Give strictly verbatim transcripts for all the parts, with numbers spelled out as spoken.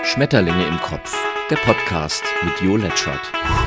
Schmetterlinge im Kopf, der Podcast mit Jo Letschert.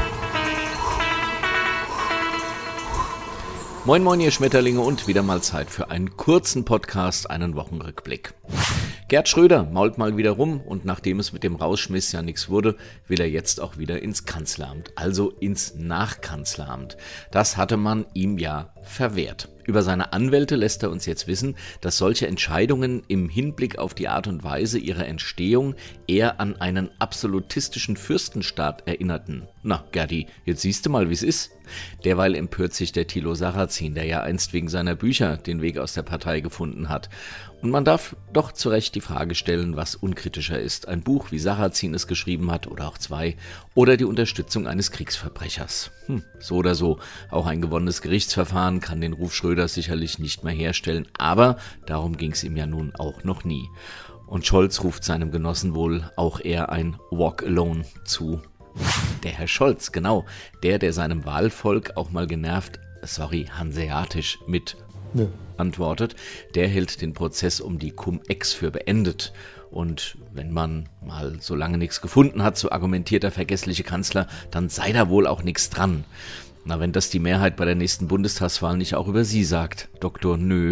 Moin moin ihr Schmetterlinge und wieder mal Zeit für einen kurzen Podcast, einen Wochenrückblick. Gerd Schröder mault mal wieder rum und nachdem es mit dem Rausschmiss ja nichts wurde, will er jetzt auch wieder ins Kanzleramt, also ins Nachkanzleramt. Das hatte man ihm ja verwehrt. Über seine Anwälte lässt er uns jetzt wissen, dass solche Entscheidungen im Hinblick auf die Art und Weise ihrer Entstehung eher an einen absolutistischen Fürstenstaat erinnerten. Na, Gerdi, jetzt siehst du mal, wie's ist. Derweil empört sich der Thilo Sarrazin, der ja einst wegen seiner Bücher den Weg aus der Partei gefunden hat. Und man darf doch zu Recht die Frage stellen, was unkritischer ist. Ein Buch, wie Sarrazin es geschrieben hat, oder auch zwei, oder die Unterstützung eines Kriegsverbrechers. Hm, so oder so. Auch ein gewonnenes Gerichtsverfahren kann den Ruf Schröder sicherlich nicht mehr herstellen, aber darum ging es ihm ja nun auch noch nie. Und Scholz ruft seinem Genossen wohl auch eher ein Walk Alone zu. Der Herr Scholz, genau, der, der seinem Wahlvolk auch mal genervt, sorry, hanseatisch mit ja. antwortet, der hält den Prozess um die Cum-Ex für beendet. Und wenn man mal so lange nichts gefunden hat, so argumentiert der vergessliche Kanzler, dann sei da wohl auch nichts dran. Na, wenn das die Mehrheit bei der nächsten Bundestagswahl nicht auch über Sie sagt, Doktor Nö.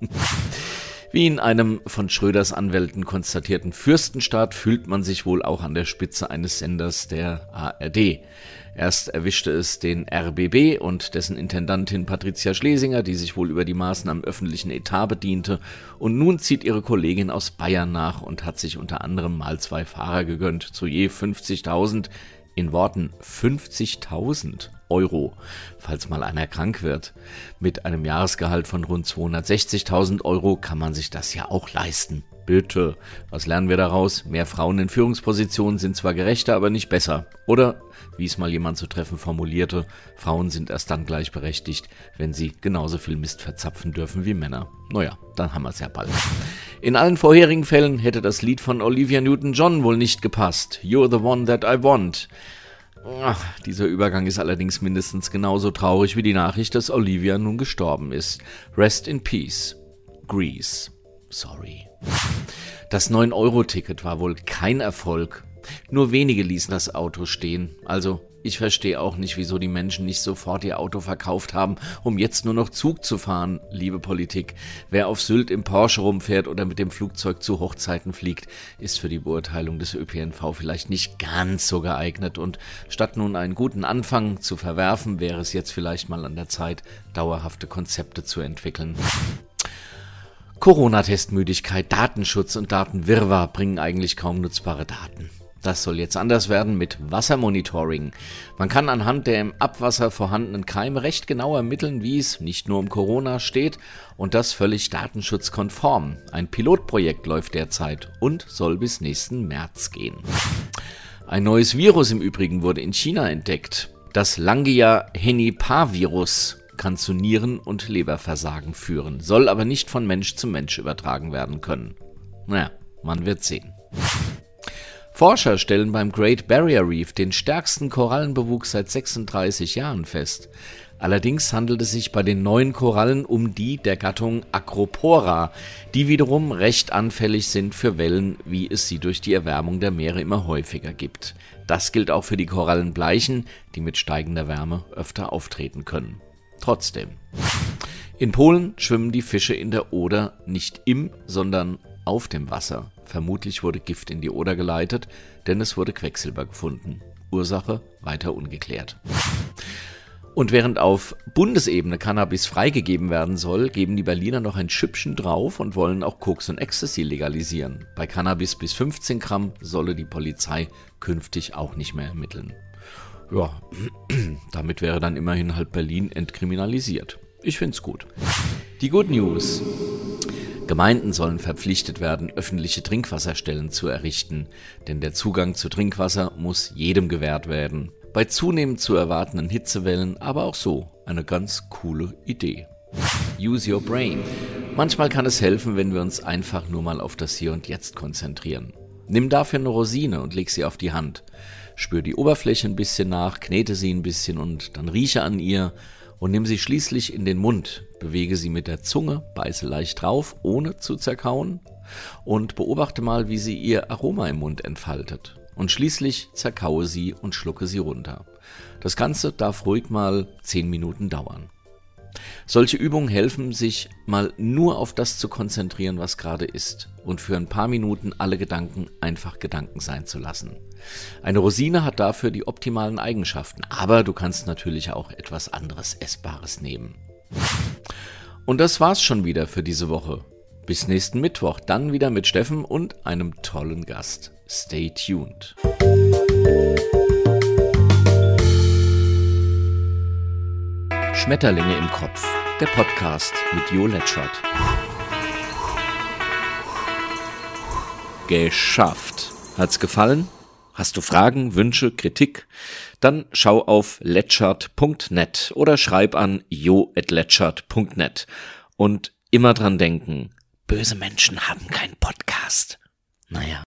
Wie in einem von Schröders Anwälten konstatierten Fürstenstaat fühlt man sich wohl auch an der Spitze eines Senders der A R D. Erst erwischte es den R B B und dessen Intendantin Patricia Schlesinger, die sich wohl über die Maßen am öffentlichen Etat bediente, und nun zieht ihre Kollegin aus Bayern nach und hat sich unter anderem mal zwei Fahrer gegönnt, zu je fünfzigtausend, in Worten fünfzigtausend Euro, falls mal einer krank wird. Mit einem Jahresgehalt von rund zweihundertsechzigtausend Euro kann man sich das ja auch leisten. Bitte, was lernen wir daraus? Mehr Frauen in Führungspositionen sind zwar gerechter, aber nicht besser. Oder, wie es mal jemand zu treffen formulierte, Frauen sind erst dann gleichberechtigt, wenn sie genauso viel Mist verzapfen dürfen wie Männer. Naja, dann haben wir es ja bald. In allen vorherigen Fällen hätte das Lied von Olivia Newton-John wohl nicht gepasst. You're the one that I want. Ach, dieser Übergang ist allerdings mindestens genauso traurig wie die Nachricht, dass Olivia nun gestorben ist. Rest in peace. Grease. Sorry. Das neun Euro Ticket war wohl kein Erfolg. Nur wenige ließen das Auto stehen. Also, ich verstehe auch nicht, wieso die Menschen nicht sofort ihr Auto verkauft haben, um jetzt nur noch Zug zu fahren, liebe Politik. Wer auf Sylt im Porsche rumfährt oder mit dem Flugzeug zu Hochzeiten fliegt, ist für die Beurteilung des Ö P N V vielleicht nicht ganz so geeignet. Und statt nun einen guten Anfang zu verwerfen, wäre es jetzt vielleicht mal an der Zeit, dauerhafte Konzepte zu entwickeln. Corona-Testmüdigkeit, Datenschutz und Datenwirrwarr bringen eigentlich kaum nutzbare Daten. Das soll jetzt anders werden mit Wassermonitoring. Man kann anhand der im Abwasser vorhandenen Keime recht genau ermitteln, wie es nicht nur um Corona steht, und das völlig datenschutzkonform. Ein Pilotprojekt läuft derzeit und soll bis nächsten März gehen. Ein neues Virus im Übrigen wurde in China entdeckt. Das Langia-Henipavirus kann zu Nieren- und Leberversagen führen, soll aber nicht von Mensch zu Mensch übertragen werden können. Naja, man wird sehen. Forscher stellen beim Great Barrier Reef den stärksten Korallenbewuchs seit sechsunddreißig Jahren fest. Allerdings handelt es sich bei den neuen Korallen um die der Gattung Acropora, die wiederum recht anfällig sind für Wellen, wie es sie durch die Erwärmung der Meere immer häufiger gibt. Das gilt auch für die Korallenbleichen, die mit steigender Wärme öfter auftreten können. Trotzdem. In Polen schwimmen die Fische in der Oder nicht im, sondern auf dem Wasser. Vermutlich wurde Gift in die Oder geleitet, denn es wurde Quecksilber gefunden. Ursache weiter ungeklärt. Und während auf Bundesebene Cannabis freigegeben werden soll, geben die Berliner noch ein Schüppchen drauf und wollen auch Koks und Ecstasy legalisieren. Bei Cannabis bis fünfzehn Gramm solle die Polizei künftig auch nicht mehr ermitteln. Ja, damit wäre dann immerhin halb Berlin entkriminalisiert. Ich find's gut. Die Good News. Gemeinden sollen verpflichtet werden, öffentliche Trinkwasserstellen zu errichten, denn der Zugang zu Trinkwasser muss jedem gewährt werden. Bei zunehmend zu erwartenden Hitzewellen aber auch so eine ganz coole Idee. Use your brain. Manchmal kann es helfen, wenn wir uns einfach nur mal auf das Hier und Jetzt konzentrieren. Nimm dafür eine Rosine und leg sie auf die Hand. Spür die Oberfläche ein bisschen nach, knete sie ein bisschen und dann rieche an ihr und nimm sie schließlich in den Mund. Bewege sie mit der Zunge, beiße leicht drauf, ohne zu zerkauen. und beobachte mal, wie sie ihr Aroma im Mund entfaltet. Und schließlich zerkaue sie und schlucke sie runter. Das Ganze darf ruhig mal zehn Minuten dauern. Solche Übungen helfen, sich mal nur auf das zu konzentrieren, was gerade ist und für ein paar Minuten alle Gedanken einfach Gedanken sein zu lassen. Eine Rosine hat dafür die optimalen Eigenschaften, aber du kannst natürlich auch etwas anderes Essbares nehmen. Und das war's schon wieder für diese Woche. Bis nächsten Mittwoch, dann wieder mit Steffen und einem tollen Gast. Stay tuned. Schmetterlinge im Kopf, der Podcast mit Jo Letschert. Geschafft. Hat's gefallen? Hast du Fragen, Wünsche, Kritik? Dann schau auf letschert punkt net oder schreib an jo at letschert punkt net. Und immer dran denken, böse Menschen haben keinen Podcast. Naja.